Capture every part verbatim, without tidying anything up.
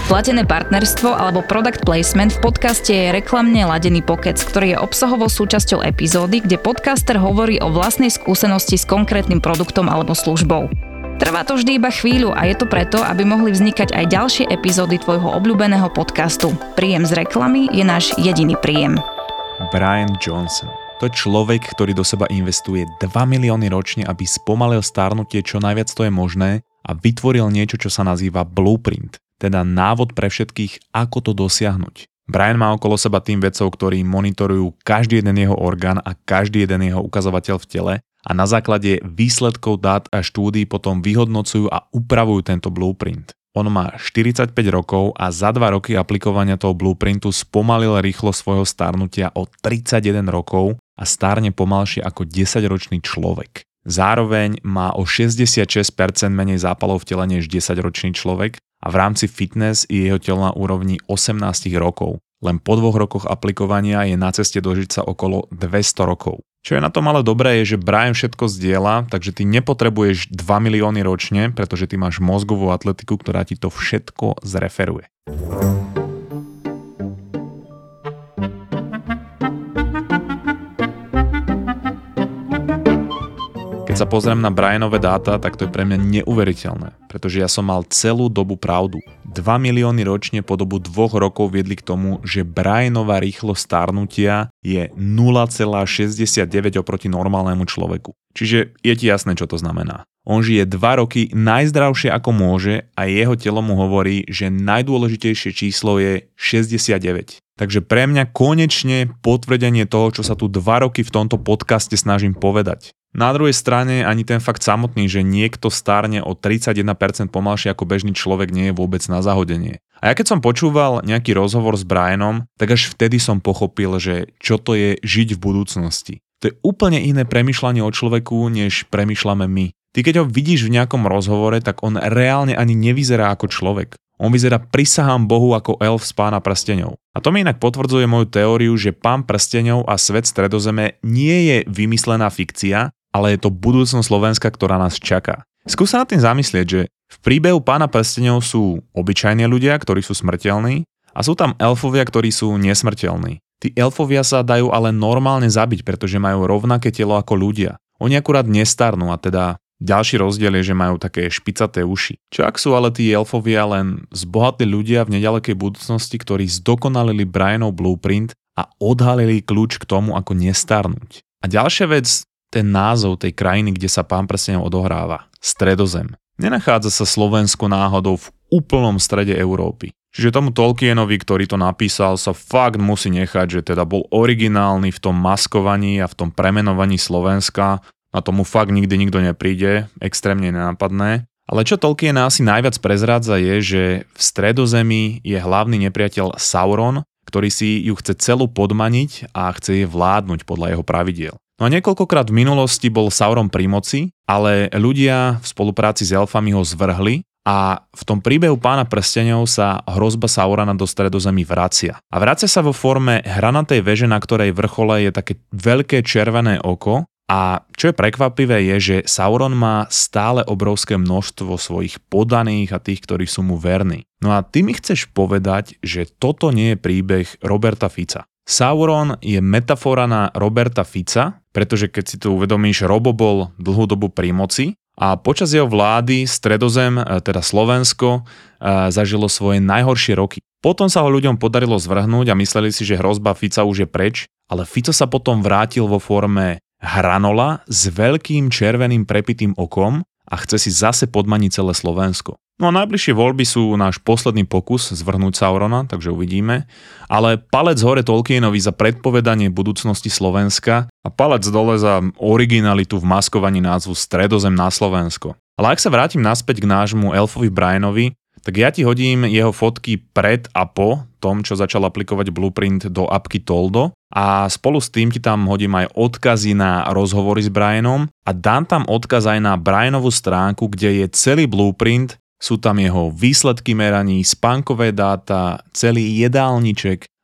Platené partnerstvo alebo product placement v podcaste je reklamne ladený pokec, ktorý je obsahovou súčasťou epizódy, kde podcaster hovorí o vlastnej skúsenosti s konkrétnym produktom alebo službou. Trvá to vždy iba chvíľu a je to preto, aby mohli vznikať aj ďalšie epizódy tvojho obľúbeného podcastu. Príjem z reklamy je náš jediný príjem. Brian Johnson. To je človek, ktorý do seba investuje dva milióny ročne, aby spomalil starnutie čo najviac to je možné a vytvoril niečo, čo sa nazýva blueprint, teda návod pre všetkých, ako to dosiahnuť. Brian má okolo seba tým vedcov, ktorí monitorujú každý jeden jeho orgán a každý jeden jeho ukazovateľ v tele a na základe výsledkov dát a štúdií potom vyhodnocujú a upravujú tento blueprint. On má štyridsaťpäť rokov a za dva roky aplikovania toho blueprintu spomalil rýchlo svojho starnutia o tridsaťjeden rokov a stárne pomalšie ako desaťročný človek. Zároveň má o šesťdesiatšesť percent menej zápalov v tele než desaťročný človek a v rámci fitness je jeho telo na úrovni osemnásť rokov. Len po dvoch rokoch aplikovania je na ceste dožiť sa okolo dvesto rokov. Čo je na tom ale dobré je, že Brian všetko zdieľa, takže ty nepotrebuješ dva milióny ročne, pretože ty máš mozgovú atletiku, ktorá ti to všetko zreferuje. Keď sa pozriem na Brianové dáta, tak to je pre mňa neuveriteľné, pretože ja som mal celú dobu pravdu. dva milióny ročne po dobu dvoch rokov viedli k tomu, že Brianova rýchlosť starnutia je nula celá šesťdesiatdeväť oproti normálnemu človeku. Čiže je ti jasné, čo to znamená. On žije dva roky najzdravšie ako môže a jeho telo mu hovorí, že najdôležitejšie číslo je šesťdesiatdeväť. Takže pre mňa konečne potvrdenie toho, čo sa tu dva roky v tomto podcaste snažím povedať. Na druhej strane ani ten fakt samotný, že niekto stárne o tridsaťjeden percent pomalšie ako bežný človek nie je vôbec na zahodenie. A ja keď som počúval nejaký rozhovor s Brianom, tak až vtedy som pochopil, že čo to je žiť v budúcnosti. To je úplne iné premýšľanie o človeku, než premýšľame my. Ty keď ho vidíš v nejakom rozhovore, tak on reálne ani nevyzerá ako človek. On vyzerá, prisahám Bohu, ako elf z Pána prsteňov. A to mi inak potvrdzuje moju teóriu, že Pán prsteňov a svet Stredozeme nie je vymyslená fikcia, ale je to budúcnosť Slovenska, ktorá nás čaká. Skús sa nad tým zamyslieť, že v príbehu Pána prsteňov sú obyčajní ľudia, ktorí sú smrteľní a sú tam elfovia, ktorí sú nesmrteľní. Tí elfovia sa dajú ale normálne zabiť, pretože majú rovnaké telo ako ľudia. Oni akurát nestarnú a teda ďalší rozdiel je, že majú také špicaté uši. Čo ak sú ale tí elfovia len zbohatí ľudia v neďalekej budúcnosti, ktorí zdokonalili Brianov blueprint a odhalili kľúč k tomu, ako nestarnúť. A ďalšia vec, ten názov tej krajiny, kde sa Pán prsteňov odohráva. Stredozem. Nenachádza sa Slovensko náhodou v úplnom strede Európy. Čiže tomu Tolkienovi, ktorý to napísal, sa fakt musí nechať, že teda bol originálny v tom maskovaní a v tom premenovaní Slovenska. Na tomu fakt nikdy nikto nepríde, extrémne nenápadné. Ale čo Tolkien asi najviac prezrádza je, že v Stredozemi je hlavný nepriateľ Sauron, ktorý si ju chce celú podmaniť a chce jej vládnuť podľa jeho pravidiel. No a niekoľkokrát v minulosti bol Sauron pri moci, ale ľudia v spolupráci s elfami ho zvrhli a v tom príbehu Pána prsteňov sa hrozba Saurona do Stredozemí vracia. A vracia sa vo forme hranatej veže, na ktorej vrchole je také veľké červené oko. A čo je prekvapivé je, že Sauron má stále obrovské množstvo svojich podaných a tých, ktorí sú mu verní. No a ty mi chceš povedať, že toto nie je príbeh Roberta Fica. Sauron je metafora na Roberta Fica, pretože keď si to uvedomíš, Robo bol dlhú dobu pri moci a počas jeho vlády Stredozem, teda Slovensko, zažilo svoje najhoršie roky. Potom sa ho ľuďom podarilo zvrhnúť a mysleli si, že hrozba Fica už je preč, ale Fico sa potom vrátil vo forme hranola s veľkým červeným prepitým okom a chce si zase podmaniť celé Slovensko. No a najbližšie voľby sú náš posledný pokus zvrhnúť Saurona, takže uvidíme. Ale palec hore Tolkienovi za predpovedanie budúcnosti Slovenska a palec dole za originalitu v maskovaní názvu Stredozem na Slovensko. Ale ak sa vrátim naspäť k nášmu elfovi Brianovi, tak ja ti hodím jeho fotky pred a po tom, čo začal aplikovať blueprint do apky Toldo a spolu s tým ti tam hodím aj odkazy na rozhovory s Brianom a dám tam odkaz aj na Brianovú stránku, kde je celý blueprint, sú tam jeho výsledky meraní, spánkové dáta, celý jedálniček,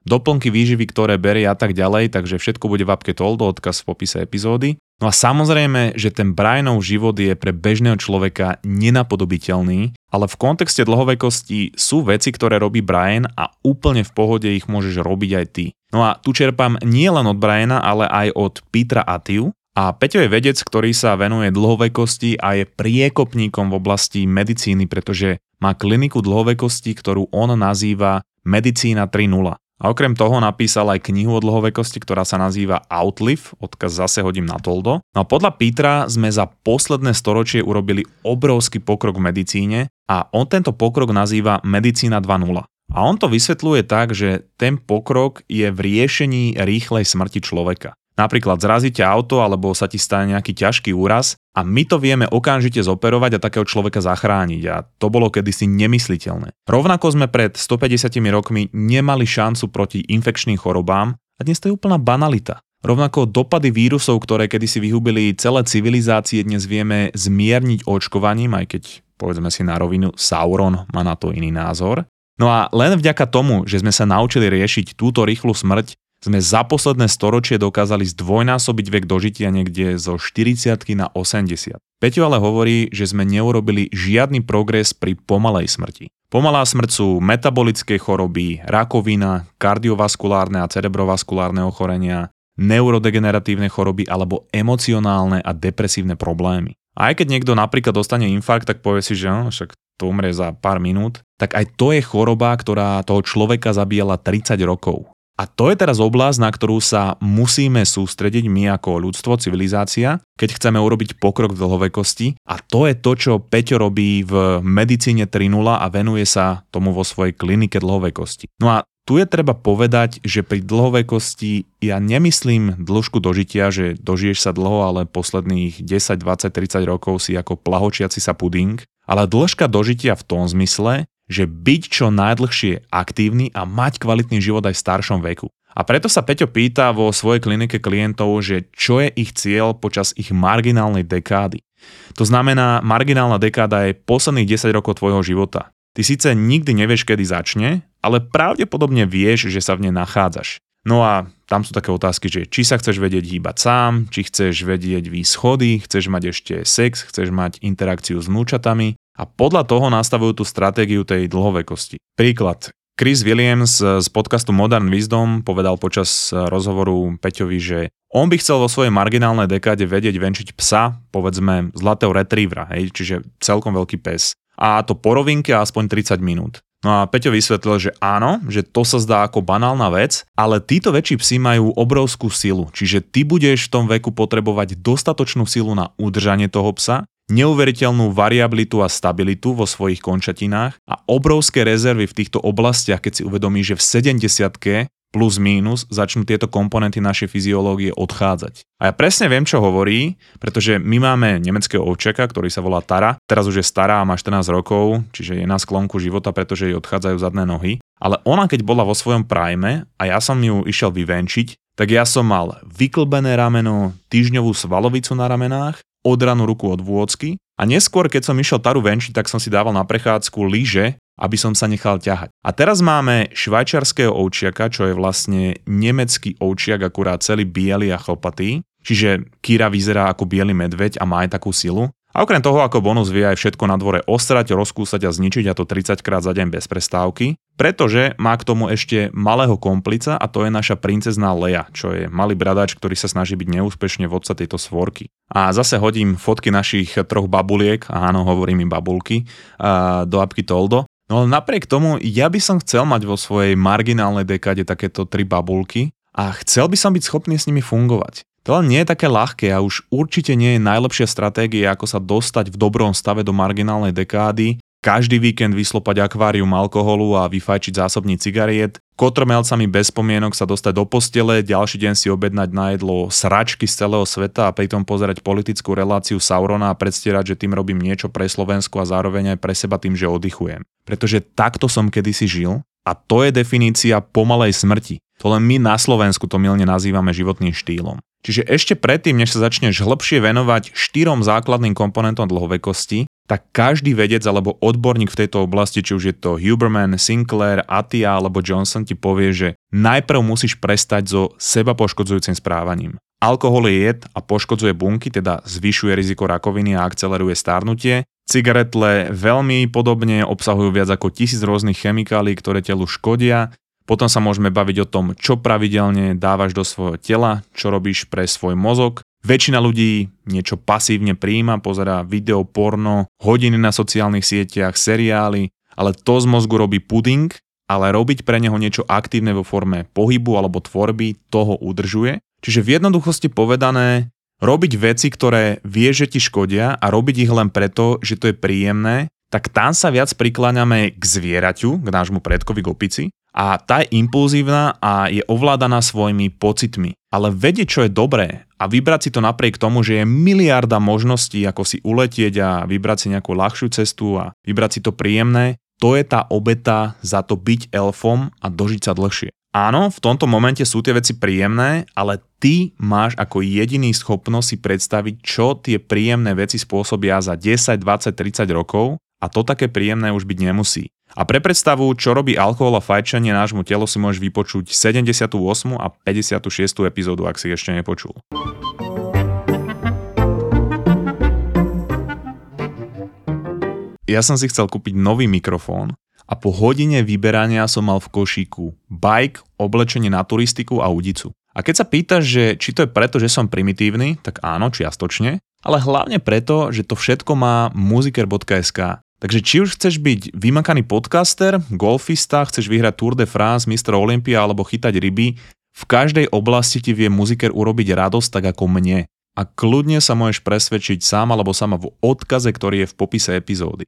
doplnky výživy, ktoré berie a tak ďalej, takže všetko bude v appke Toldo, odkaz v popise epizódy. No a samozrejme, že ten Brianov život je pre bežného človeka nenapodobiteľný, ale v kontexte dlhovekosti sú veci, ktoré robí Brian a úplne v pohode ich môžeš robiť aj ty. No a tu čerpám nie len od Briana, ale aj od Petra Attiu. A Peťo je vedec, ktorý sa venuje dlhovekosti a je priekopníkom v oblasti medicíny, pretože má kliniku dlhovekosti, ktorú on nazýva Medicína tri nula. A okrem toho napísal aj knihu o dlhovekosti, ktorá sa nazýva Outlive, odkaz zase hodím na Toldo. No a podľa Petra sme za posledné storočie urobili obrovský pokrok v medicíne a on tento pokrok nazýva Medicína dva nula. A on to vysvetľuje tak, že ten pokrok je v riešení rýchlej smrti človeka. Napríklad zrazí ťa auto alebo sa ti stane nejaký ťažký úraz a my to vieme okamžite zoperovať a takého človeka zachrániť a to bolo kedysi nemysliteľné. Rovnako sme pred stopäťdesiatimi rokmi nemali šancu proti infekčným chorobám a dnes to je úplná banalita. Rovnako dopady vírusov, ktoré kedysi vyhubili celé civilizácie, dnes vieme zmierniť očkovaním, aj keď povedzme si na rovinu, Sauron má na to iný názor. No a len vďaka tomu, že sme sa naučili riešiť túto rýchlu smrť, sme za posledné storočie dokázali zdvojnásobiť vek dožitia niekde zo štyridsiatky na osemdesiat. Peťo ale hovorí, že sme neurobili žiadny progres pri pomalej smrti. Pomalá smrť sú metabolické choroby, rakovina, kardiovaskulárne a cerebrovaskulárne ochorenia, neurodegeneratívne choroby alebo emocionálne a depresívne problémy. A aj keď niekto napríklad dostane infarkt, tak povie si, že no, však to umrie za pár minút, tak aj to je choroba, ktorá toho človeka zabíjala tridsať rokov. A to je teraz oblasť, na ktorú sa musíme sústrediť my ako ľudstvo, civilizácia, keď chceme urobiť pokrok v dlhovekosti. A to je to, čo Peťo robí v Medicíne tri nula a venuje sa tomu vo svojej klinike dlhovekosti. No a tu je treba povedať, že pri dlhovekosti ja nemyslím dĺžku dožitia, že dožiješ sa dlho, ale posledných desať, dvadsať, tridsať rokov si ako plahočiaci sa puding, ale dĺžka dožitia v tom zmysle, že byť čo najdlhšie aktívny a mať kvalitný život aj v staršom veku. A preto sa Peťo pýta vo svojej klinike klientov, že čo je ich cieľ počas ich marginálnej dekády. To znamená, marginálna dekáda je posledných desať rokov tvojho života. Ty síce nikdy nevieš, kedy začne, ale pravdepodobne vieš, že sa v nej nachádzaš. No a tam sú také otázky, že či sa chceš vedieť hýbať sám, či chceš vedieť výjsť schody, chceš mať ešte sex, chceš mať interakciu s vnúčatami a podľa toho nastavujú tú stratégiu tej dlhovekosti. Príklad. Chris Williams z podcastu Modern Wisdom povedal počas rozhovoru Peťovi, že on by chcel vo svojej marginálnej dekáde vedieť venčiť psa, povedzme zlatého retrievera, hej, čiže celkom veľký pes. A to po rovinke aspoň tridsať minút. No a Peťo vysvetlil, že áno, že to sa zdá ako banálna vec, ale títo väčší psi majú obrovskú silu, čiže ty budeš v tom veku potrebovať dostatočnú silu na udržanie toho psa, neuveriteľnú variabilitu a stabilitu vo svojich končatinách a obrovské rezervy v týchto oblastiach, keď si uvedomíš, že v sedemdesiatke plus mínus začnú tieto komponenty našej fyziológie odchádzať. A ja presne viem, čo hovorí, pretože my máme nemeckého ovčiaka, ktorý sa volá Tara. Teraz už je stará a má štrnásť rokov, čiže je na sklonku života, pretože jej odchádzajú zadné nohy. Ale ona, keď bola vo svojom prime a ja som ju išiel vyvenčiť, tak ja som mal vyklbené rameno, týždňovú svalovicu na ramenách, odranú ruku od vôcky a neskôr, keď som išiel Taru venčiť, tak som si dával na prechádzku lyže, aby som sa nechal ťahať. A teraz máme švajčiarskeho ovčiaka, čo je vlastne nemecký ovčiak, akurát celý biely a chlpatý. Čiže Kira vyzerá ako biely medveď a má aj takú silu. A okrem toho, ako bonus vie aj všetko na dvore ostrať, rozkúsať a zničiť, a to tridsaťkrát za deň bez prestávky, pretože má k tomu ešte malého komplica a to je naša princezná Leia, čo je malý bradač, ktorý sa snaží byť neúspešne vodca tejto svorky. A zase hodím fotky našich troch babuliek, áno, hovorím im babulky, do appky Toldo. No ale napriek tomu, ja by som chcel mať vo svojej marginálnej dekáde takéto tri babulky a chcel by som byť schopný s nimi fungovať. To len nie je také ľahké a už určite nie je najlepšia stratégia, ako sa dostať v dobrom stave do marginálnej dekády, každý víkend vyslopať akvárium alkoholu a vyfajčiť zásobní cigariet, kotrmelcami bez spomienok sa dostať do postele, ďalší deň si objednať na jedlo sračky z celého sveta a pritom pozerať politickú reláciu Saurona a predstierať, že tým robím niečo pre Slovensku a zároveň aj pre seba tým, že oddychujem. Pretože takto som kedysi žil a to je definícia pomalej smrti. To len my na Slovensku to mylne nazývame životným štýlom. Čiže ešte predtým, než sa začneš hlbšie venovať štyrom základným komponentom dlhovekosti, tak každý vedec alebo odborník v tejto oblasti, či už je to Huberman, Sinclair, Attia alebo Johnson, ti povie, že najprv musíš prestať so sebapoškodzujúcim správaním. Alkohol je jed a poškodzuje bunky, teda zvyšuje riziko rakoviny a akceleruje starnutie. Cigaretle veľmi podobne obsahujú viac ako tisíc rôznych chemikálií, ktoré telu škodia. Potom sa môžeme baviť o tom, čo pravidelne dávaš do svojho tela, čo robíš pre svoj mozog. Väčšina ľudí niečo pasívne prijíma, pozerá video, porno, hodiny na sociálnych sieťach, seriály, ale to z mozgu robí puding, ale robiť pre neho niečo aktívne vo forme pohybu alebo tvorby, toho udržuje. Čiže v jednoduchosti povedané, robiť veci, ktoré vieš, že ti škodia a robiť ich len preto, že to je príjemné, tak tam sa viac prikláňame k zvieraťu, k nášmu predkovi, k opici. A tá je impulzívna a je ovládaná svojimi pocitmi. Ale vedieť, čo je dobré a vybrať si to napriek tomu, že je miliarda možností, ako si uletieť a vybrať si nejakú ľahšiu cestu a vybrať si to príjemné, to je tá obeta za to byť elfom a dožiť sa dlhšie. Áno, v tomto momente sú tie veci príjemné, ale ty máš ako jediný schopnosť si predstaviť, čo tie príjemné veci spôsobia za desať, dvadsať, tridsať rokov a to také príjemné už byť nemusí. A pre predstavu, čo robí alkohol a fajčenie nášmu telu, si môžeš vypočuť sedemdesiatu ôsmu a päťdesiatu šiestú epizódu, ak si ešte nepočul. Ja som si chcel kúpiť nový mikrofón a po hodine vyberania som mal v košíku bike, oblečenie na turistiku a udicu. A keď sa pýtaš, že či to je preto, že som primitívny, tak áno, čiastočne, ale hlavne preto, že to všetko má muziker bodka es ká. Takže či už chceš byť vymakaný podcaster, golfista, chceš vyhrať Tour de France, mister Olympia alebo chytať ryby, v každej oblasti ti vie muziker urobiť radosť tak ako mne. A kľudne sa môžeš presvedčiť sám alebo sama v odkaze, ktorý je v popise epizódy.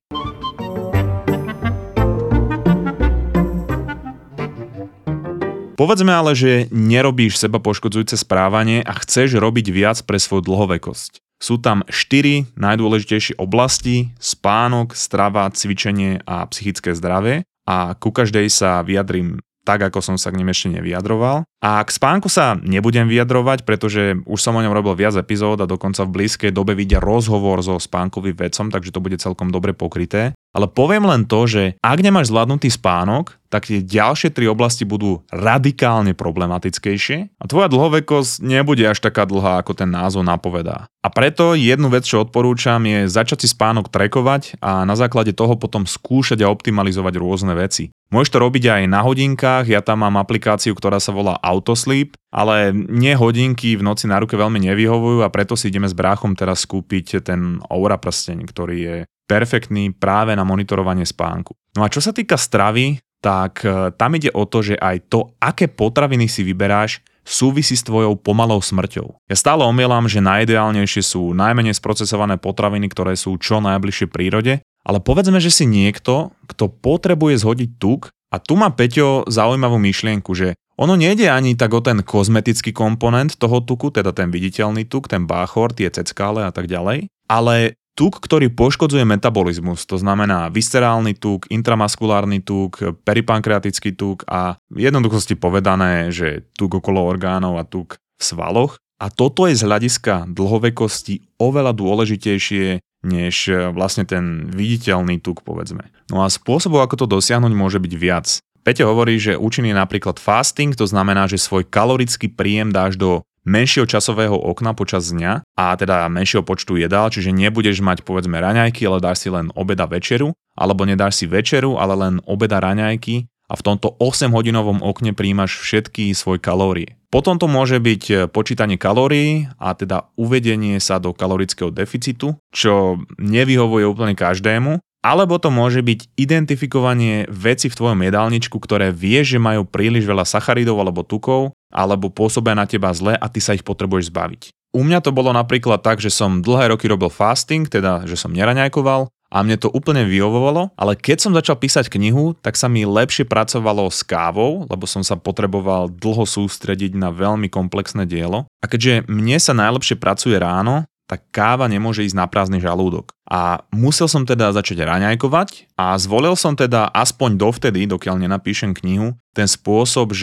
Povedzme ale, že nerobíš seba poškodzujúce správanie a chceš robiť viac pre svoju dlhovekosť. Sú tam štyri najdôležitejšie oblasti: spánok, strava, cvičenie a psychické zdravie. A ku každej sa vyjadrím tak, ako som sa k nim ešte nevyjadroval. A k spánku sa nebudem vyjadrovať, pretože už som o ňom robil viac epizód a dokonca v blízkej dobe vidia rozhovor so spánkovým vedcom, takže to bude celkom dobre pokryté. Ale poviem len to, že ak nemáš zvládnutý spánok, tak tie ďalšie tri oblasti budú radikálne problematickejšie a tvoja dlhovekosť nebude až taká dlhá, ako ten názov napovedá. A preto jednu vec, čo odporúčam, je začať si spánok trackovať a na základe toho potom skúšať a optimalizovať rôzne veci. Môžeš to robiť aj na hodinkách, ja tam mám aplikáciu, ktorá sa volá Autosleep, ale nie hodinky v noci na ruke veľmi nevyhovujú a preto si ideme s bráchom teraz skúpiť ten Oura prsteň, ktorý je perfektný práve na monitorovanie spánku. No a čo sa týka stravy, tak tam ide o to, že aj to, aké potraviny si vyberáš, súvisí s tvojou pomalou smrťou. Ja stále omielam, že najideálnejšie sú najmenej sprocesované potraviny, ktoré sú čo najbližšie prírode, ale povedzme, že si niekto, kto potrebuje zhodiť tuk, a tu má Peťo zaujímavú myšlienku, že ono nejde ani tak o ten kozmetický komponent toho tuku, teda ten viditeľný tuk, ten báchor, tie ceckále a tak ďalej, ale tuk, ktorý poškodzuje metabolizmus, to znamená viscerálny tuk, intramaskulárny tuk, peripankreatický tuk a jednoduchosti povedané, že tuk okolo orgánov a tuk v svaloch. A toto je z hľadiska dlhovekosti oveľa dôležitejšie než vlastne ten viditeľný tuk, povedzme. No a spôsobov, ako to dosiahnuť, môže byť viac. Peťo hovorí, že účinný je napríklad fasting, to znamená, že svoj kalorický príjem dáš do menšieho časového okna počas dňa a teda menšieho počtu jedál, čiže nebudeš mať povedzme raňajky, ale dáš si len obed a večeru, alebo nedáš si večeru, ale len obed a raňajky a v tomto osemhodinovom okne príjmaš všetky svoje kalórie. Potom to môže byť počítanie kalórií a teda uvedenie sa do kalorického deficitu, čo nevyhovuje úplne každému, alebo to môže byť identifikovanie veci v tvojom jedálničku, ktoré vieš, že majú príliš veľa sacharidov alebo tukov, alebo pôsobia na teba zle a ty sa ich potrebuješ zbaviť. U mňa to bolo napríklad tak, že som dlhé roky robil fasting, teda že som neraňajkoval a mne to úplne vyhovovalo, ale keď som začal písať knihu, tak sa mi lepšie pracovalo s kávou, lebo som sa potreboval dlho sústrediť na veľmi komplexné dielo. A keďže mne sa najlepšie pracuje ráno, tak káva nemôže ísť na prázdny žalúdok. A musel som teda začať raňajkovať a zvolil som teda aspoň dovtedy, dokiaľ nenapíšem knihu, ten spôsob, že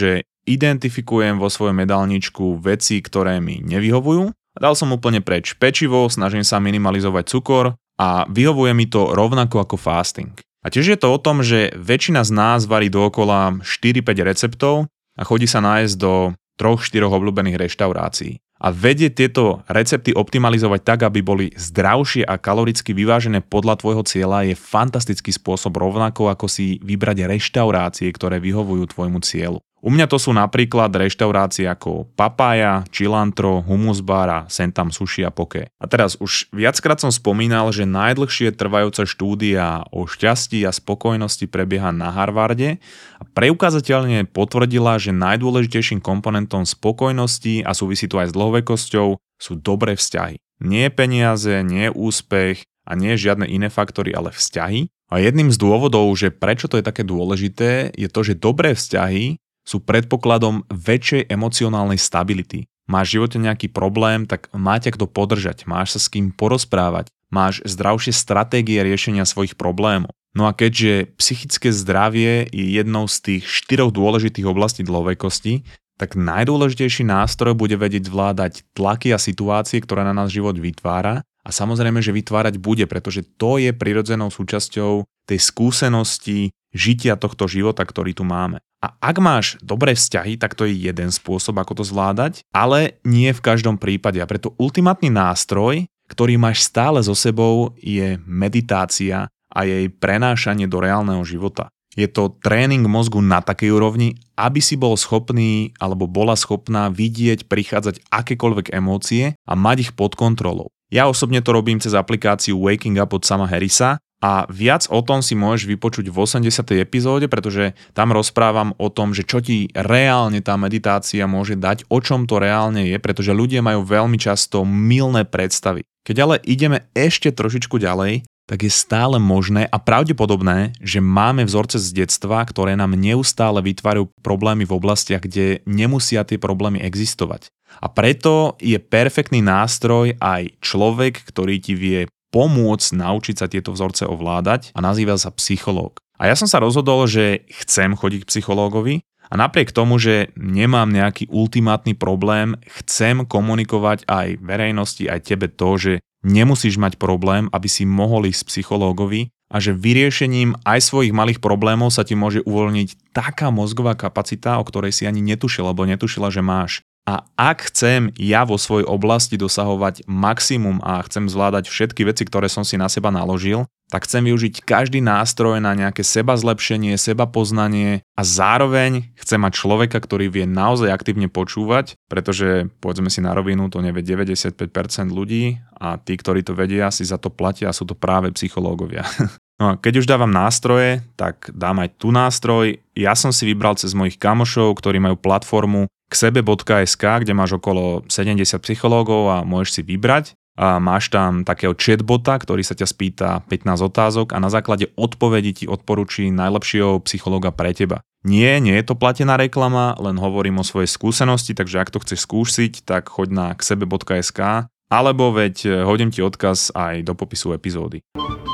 identifikujem vo svojom jedálničku veci, ktoré mi nevyhovujú. Dal som úplne preč pečivo, snažím sa minimalizovať cukor a vyhovuje mi to rovnako ako fasting. A tiež je to o tom, že väčšina z nás varí dookola štyri päť receptov a chodí sa nájsť do tri štyri obľúbených reštaurácií. A vedieť tieto recepty optimalizovať tak, aby boli zdravšie a kaloricky vyvážené podľa tvojho cieľa je fantastický spôsob, rovnako ako si vybrať reštaurácie, ktoré vyhovujú tvojmu cieľu. U mňa to sú napríklad reštaurácie ako Papaya, Cilantro, Hummus Bar a Sentam Sushi a Poke. A teraz už viackrát som spomínal, že najdlhšie trvajúca štúdia o šťastí a spokojnosti prebieha na Harvarde a preukázateľne potvrdila, že najdôležitejším komponentom spokojnosti a súvisí to aj s dlhovekosťou sú dobré vzťahy. Nie peniaze, nie úspech a nie žiadne iné faktory, ale vzťahy. A jedným z dôvodov, že prečo to je také dôležité, je to, že dobré vzťahy sú predpokladom väčšej emocionálnej stability. Máš v živote nejaký problém, tak máte kto podržať, máš sa s kým porozprávať, máš zdravšie stratégie riešenia svojich problémov. No a keďže psychické zdravie je jednou z tých štyroch dôležitých oblastí dlhovekosti, tak najdôležitejší nástroj bude vedieť zvládať tlaky a situácie, ktoré na nás život vytvára. A samozrejme, že vytvárať bude, pretože to je prirodzenou súčasťou tej skúsenosti žitia tohto života, ktorý tu máme. A ak máš dobré vzťahy, tak to je jeden spôsob, ako to zvládať, ale nie v každom prípade. A preto ultimátny nástroj, ktorý máš stále so sebou, je meditácia a jej prenášanie do reálneho života. Je to tréning mozgu na takej úrovni, aby si bol schopný alebo bola schopná vidieť, prichádzať akékoľvek emócie a mať ich pod kontrolou. Ja osobne to robím cez aplikáciu Waking Up od Sama Harrisa a viac o tom si môžeš vypočuť v osemdesiatej epizóde, pretože tam rozprávam o tom, že čo ti reálne tá meditácia môže dať, o čom to reálne je, pretože ľudia majú veľmi často mylné predstavy. Keď ale ideme ešte trošičku ďalej, tak je stále možné a pravdepodobné, že máme vzorce z detstva, ktoré nám neustále vytvárajú problémy v oblastiach, kde nemusia tie problémy existovať. A preto je perfektný nástroj aj človek, ktorý ti vie pomôcť naučiť sa tieto vzorce ovládať a nazýva sa psychológ. A ja som sa rozhodol, že chcem chodiť k psychológovi a napriek tomu, že nemám nejaký ultimátny problém, chcem komunikovať aj verejnosti, aj tebe to, že nemusíš mať problém, aby si mohol ísť psychológovi a že vyriešením aj svojich malých problémov sa ti môže uvoľniť taká mozgová kapacita, o ktorej si ani netušila, alebo netušila, že máš. A ak chcem ja vo svojej oblasti dosahovať maximum a chcem zvládať všetky veci, ktoré som si na seba naložil, tak chcem využiť každý nástroj na nejaké seba zlepšenie, seba poznanie a zároveň chcem mať človeka, ktorý vie naozaj aktívne počúvať, pretože povedzme si na rovinu, to nevie deväťdesiatpäť percent ľudí a tí, ktorí to vedia, si za to platia a sú to práve psychológovia. No a keď už dávam nástroje, tak dám aj tu nástroj. Ja som si vybral cez mojich kamošov, ktorí majú platformu ksebe bodka es ká, kde máš okolo sedemdesiat psychológov a môžeš si vybrať. A máš tam takého chatbota, ktorý sa ťa spýta pätnásť otázok a na základe odpovedí ti odporúči najlepšieho psychológa pre teba. Nie, nie je to platená reklama, len hovorím o svojej skúsenosti, takže ak to chceš skúsiť, tak choď na ksebe bodka es ká alebo veď hodím ti odkaz aj do popisu epizódy.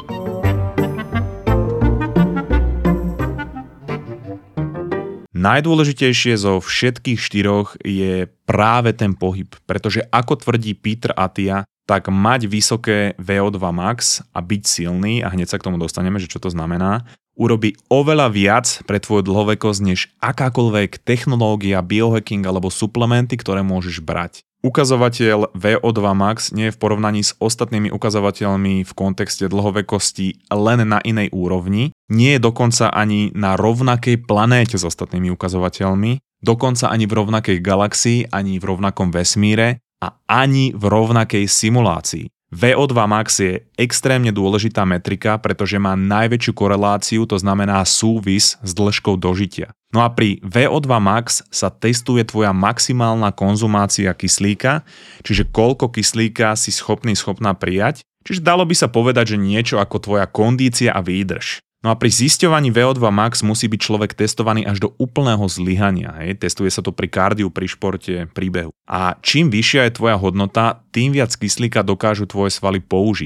Najdôležitejšie zo všetkých štyroch je práve ten pohyb, pretože ako tvrdí Peter Attia, tak mať vysoké vé ó dva max a byť silný, a hneď sa k tomu dostaneme, že čo to znamená, urobí oveľa viac pre tvoju dlhovekosť, než akákoľvek technológia, biohacking alebo suplementy, ktoré môžeš brať. Ukazovateľ vé ó dva max nie je v porovnaní s ostatnými ukazovateľmi v kontexte dlhovekosti len na inej úrovni, nie je dokonca ani na rovnakej planéte s ostatnými ukazovateľmi, dokonca ani v rovnakej galaxii, ani v rovnakom vesmíre a ani v rovnakej simulácii. vé ó dva max je extrémne dôležitá metrika, pretože má najväčšiu koreláciu, to znamená súvis s dĺžkou dožitia. No a pri vé ó dva max sa testuje tvoja maximálna konzumácia kyslíka, čiže koľko kyslíka si schopný, schopná prijať, čiže dalo by sa povedať, že niečo ako tvoja kondícia a výdrž. No a pri zisťovaní vé ó dva max musí byť človek testovaný až do úplného zlyhania. Hej? Testuje sa to pri kardiu, pri športe, pri behu. A čím vyššia je tvoja hodnota, tým viac kyslíka dokážu tvoje svaly použiť.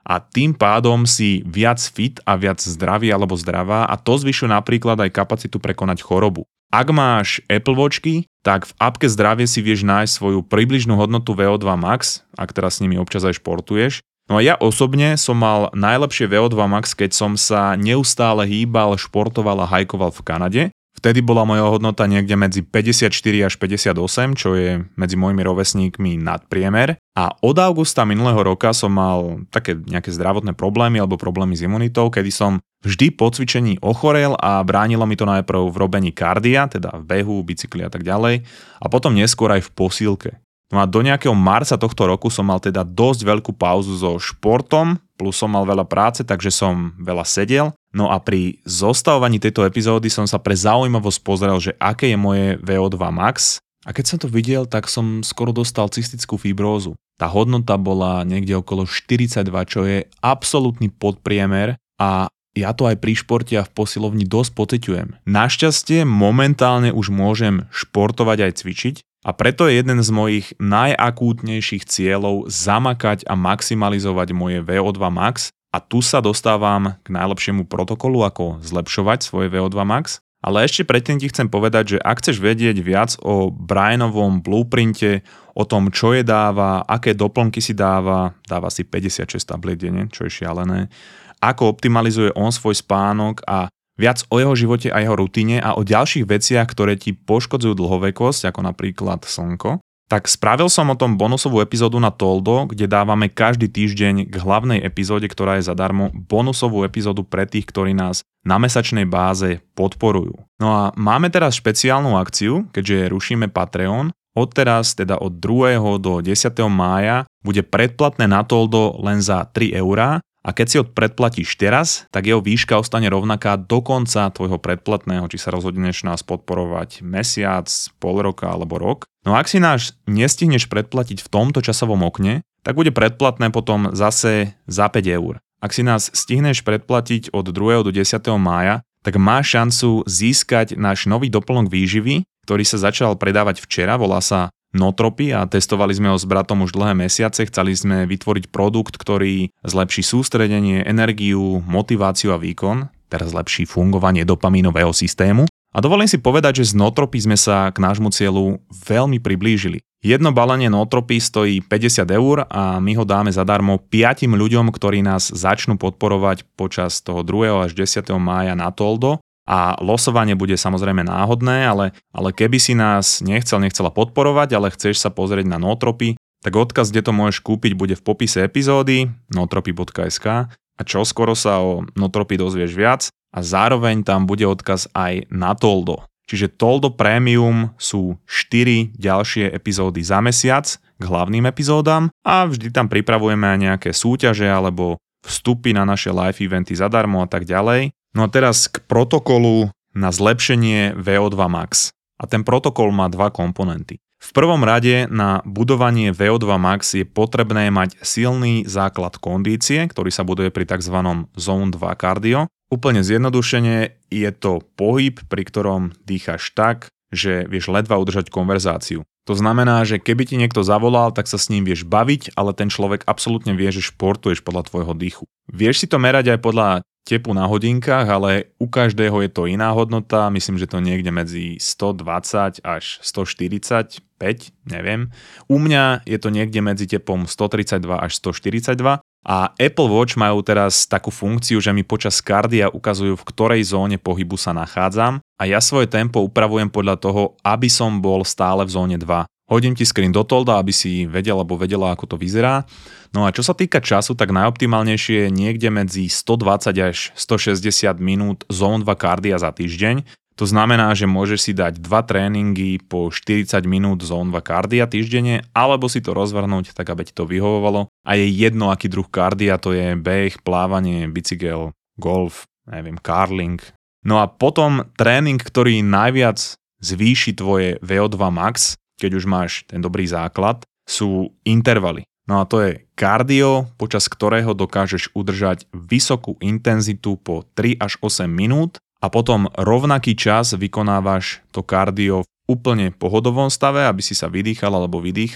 a tým pádom si viac fit a viac zdravý alebo zdravá a to zvyšuje napríklad aj kapacitu prekonať chorobu. Ak máš Apple Watchky, tak v appke Zdravie si vieš nájsť svoju približnú hodnotu vé ó dva max, ak teraz s nimi občas aj športuješ. No a ja osobne som mal najlepšie vé ó dva max, keď som sa neustále hýbal, športoval a hajkoval v Kanade. Vtedy bola moja hodnota niekde medzi päťdesiatštyri až päťdesiatosem, čo je medzi mojimi rovesníkmi nadpriemer. A od augusta minulého roka som mal také nejaké zdravotné problémy alebo problémy s imunitou, kedy som vždy po cvičení ochorel a bránilo mi to najprv v robení kardia, teda v behu, bicykli a tak ďalej, a potom neskôr aj v posílke. No a do nejakého marca tohto roku som mal teda dosť veľkú pauzu so športom, plus som mal veľa práce, takže som veľa sedel. No a pri zostavovaní tejto epizódy som sa pre zaujímavosť pozrel, že aké je moje vé ó dva max. A keď som to videl, tak som skoro dostal cystickú fibrózu. Tá hodnota bola niekde okolo štyridsaťdva, čo je absolútny podpriemer a ja to aj pri športe a v posilovni dosť pociťujem. Našťastie momentálne už môžem športovať aj cvičiť a preto je jeden z mojich najakútnejších cieľov zamakať a maximalizovať moje vé ó dva max a tu sa dostávam k najlepšiemu protokolu, ako zlepšovať svoje vé ó dva max. Ale ešte predtým ti chcem povedať, že ak chceš vedieť viac o Brianovom blueprinte, o tom, čo je dáva, aké doplnky si dáva, dáva si päťdesiatšesť tabliek denne, čo je šialené, ako optimalizuje on svoj spánok a viac o jeho živote a jeho rutine a o ďalších veciach, ktoré ti poškodzujú dlhovekosť, ako napríklad slnko, tak spravil som o tom bonusovú epizódu na Toldo, kde dávame každý týždeň k hlavnej epizóde, ktorá je zadarmo, bonusovú epizódu pre tých, ktorí nás na mesačnej báze podporujú. No a máme teraz špeciálnu akciu, keďže rušíme Patreon. Odteraz, teda od druhého do desiateho mája, bude predplatné na Toldo len za tri eurá. A keď si ho predplatíš teraz, tak jeho výška ostane rovnaká do konca tvojho predplatného, či sa rozhodneš nás podporovať mesiac, pol roka alebo rok. No a ak si náš nestihneš predplatiť v tomto časovom okne, tak bude predplatné potom zase za päť eur. Ak si nás stihneš predplatiť od druhého do desiateho mája, tak máš šancu získať náš nový doplnok výživy, ktorý sa začal predávať včera, volá sa Notropy a testovali sme ho s bratom už dlhé mesiace. Chceli sme vytvoriť produkt, ktorý zlepší sústredenie, energiu, motiváciu a výkon, teraz zlepší fungovanie dopamínového systému. A dovolím si povedať, že z Notropy sme sa k nášmu cieľu veľmi priblížili. Jedno balenie Notropy stojí päťdesiat eur a my ho dáme zadarmo piatim ľuďom, ktorí nás začnú podporovať počas toho druhého až desiateho mája na Toldo. A losovanie bude samozrejme náhodné, ale, ale keby si nás nechcel, nechcela podporovať, ale chceš sa pozrieť na Notropy, tak odkaz, kde to môžeš kúpiť, bude v popise epizódy notropy bodka es ká a čoskoro sa o Notropy dozvieš viac a zároveň tam bude odkaz aj na Toldo. Čiže Toldo Premium sú štyri ďalšie epizódy za mesiac k hlavným epizódam a vždy tam pripravujeme aj nejaké súťaže alebo vstupy na naše live eventy zadarmo a tak ďalej. No a teraz k protokolu na zlepšenie vé ó dva max. A ten protokol má dva komponenty. V prvom rade na budovanie vé ó dva max je potrebné mať silný základ kondície, ktorý sa buduje pri tzv. Zone dva kardio. Úplne zjednodušene je to pohyb, pri ktorom dýchaš tak, že vieš ledva udržať konverzáciu. To znamená, že keby ti niekto zavolal, tak sa s ním vieš baviť, ale ten človek absolútne vie, že športuješ podľa tvojho dýchu. Vieš si to merať aj podľa tepu na hodinkách, ale u každého je to iná hodnota, myslím, že to niekde medzi stodvadsať až stoštyridsaťpäť, neviem. U mňa je to niekde medzi tepom stotridsaťdva až stoštyridsaťdva a Apple Watch majú teraz takú funkciu, že mi počas kardia ukazujú, v ktorej zóne pohybu sa nachádzam a ja svoje tempo upravujem podľa toho, aby som bol stále v zóne dva. Hodím ti screen do Tolda, aby si vedel alebo vedela, ako to vyzerá. No a čo sa týka času, tak najoptimálnejšie je niekde medzi stodvadsať až stošesťdesiat minút zón dva kardia za týždeň. To znamená, že môžeš si dať dva tréningy po štyridsať minút zón dva kardia týždenne, alebo si to rozvrhnúť tak, aby ti to vyhovovalo. A je jedno, aký druh kardia, to je beh, plávanie, bicykel, golf, neviem, curling. No a potom tréning, ktorý najviac zvýši tvoje vé ó dva max, keď už máš ten dobrý základ, sú intervaly. No a to je kardio, počas ktorého dokážeš udržať vysokú intenzitu po tri až osem minút a potom rovnaký čas vykonávaš to kardio v úplne pohodovom stave, aby si sa vydýchala alebo vydýchala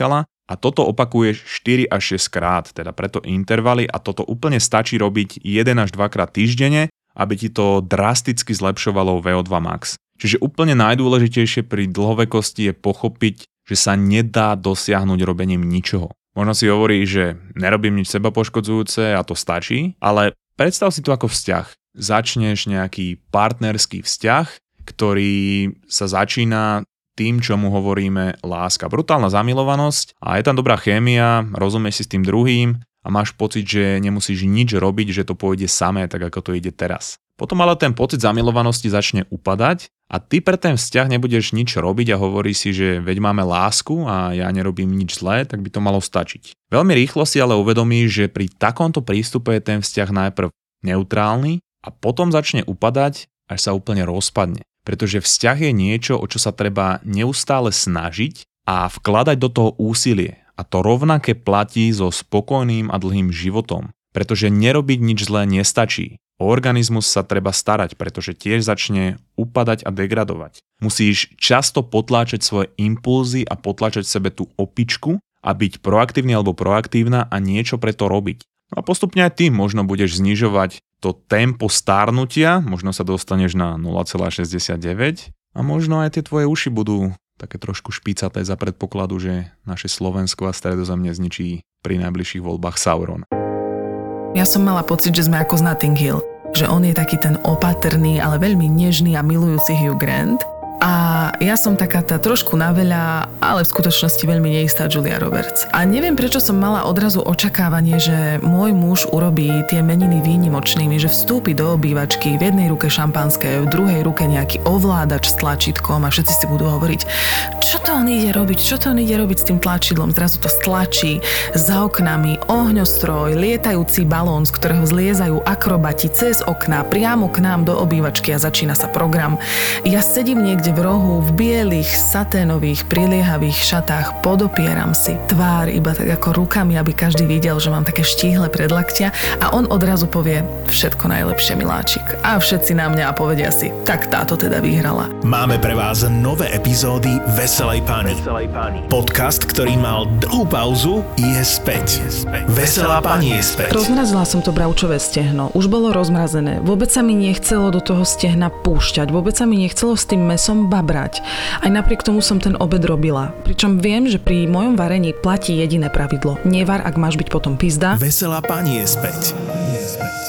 A toto opakuješ štyri až šesť krát, teda preto intervaly a toto úplne stačí robiť jeden až dva krát týždenne, aby ti to drasticky zlepšovalo vé ó dva max. Čiže úplne najdôležitejšie pri dlhovekosti je pochopiť, že sa nedá dosiahnuť robením ničoho. Možno si hovorí, že nerobím nič seba poškodzujúce a to stačí, ale predstav si to ako vzťah. Začneš nejaký partnerský vzťah, ktorý sa začína tým, čomu hovoríme láska. Brutálna zamilovanosť a je tam dobrá chémia, rozumieš si s tým druhým a máš pocit, že nemusíš nič robiť, že to pôjde samé, tak ako to ide teraz. Potom ale ten pocit zamilovanosti začne upadať a ty pre ten vzťah nebudeš nič robiť a hovorí si, že veď máme lásku a ja nerobím nič zlé, tak by to malo stačiť. Veľmi rýchlo si ale uvedomíš, že pri takomto prístupe je ten vzťah najprv neutrálny a potom začne upadať, až sa úplne rozpadne. Pretože vzťah je niečo, o čo sa treba neustále snažiť a vkladať do toho úsilie. A to rovnaké platí so spokojným a dlhým životom. Pretože nerobiť nič zlé nestačí. O organizmus sa treba starať, pretože tiež začne upadať a degradovať. Musíš často potláčať svoje impulzy a potláčať sebe tú opičku a byť proaktívny alebo proaktívna a niečo pre to robiť. A postupne aj ty možno budeš znižovať to tempo stárnutia, možno sa dostaneš na nula celá šesťdesiatdeväť a možno aj tie tvoje uši budú také trošku špicaté za predpokladu, že naše Slovensko a Stredozemie zničí pri najbližších voľbách Sauron. Ja som mala pocit, že sme ako z Notting Hill, že on je taký ten opatrný, ale veľmi nežný a milujúci Hugh Grant. A ja som taká tá trošku naveľa, ale v skutočnosti veľmi neistá Julia Roberts. A neviem, prečo som mala odrazu očakávanie, že môj muž urobí tie meniny výnimočnými, že vstúpi do obývačky, v jednej ruke šampanské, v druhej ruke nejaký ovládač s tlačítkom a všetci si budú hovoriť, čo to on ide robiť, čo to on ide robiť s tým tlačidlom, zrazu to stlačí, za oknami ohňostroj, lietajúci balón, z ktorého zliezajú akrobati cez okná, priamo k nám do obývačky a začína sa program. Ja sedím niekde v rohu, v bielých, saténových, priliehavých šatách, podopieram si tvár iba tak ako rukami, aby každý videl, že mám také štíhle predlaktia a on odrazu povie všetko najlepšie, miláčik. A všetci na mňa a povedia si, tak táto teda vyhrala. Máme pre vás nové epizódy Veselej pani. Podcast, ktorý mal dlhú pauzu, je späť. Veselá pani je späť. Rozmrazila som to bravčové stehno. Už bolo rozmrazené. Vôbec sa mi nechcelo do toho stehna púšťať. Vôbec sa mi nechcelo s tým mesom babrať. Aj napriek tomu som ten obed robila. Pričom viem, že pri mojom varení platí jediné pravidlo. Nevar, ak máš byť potom pizda. Veselá pani je späť. Je späť.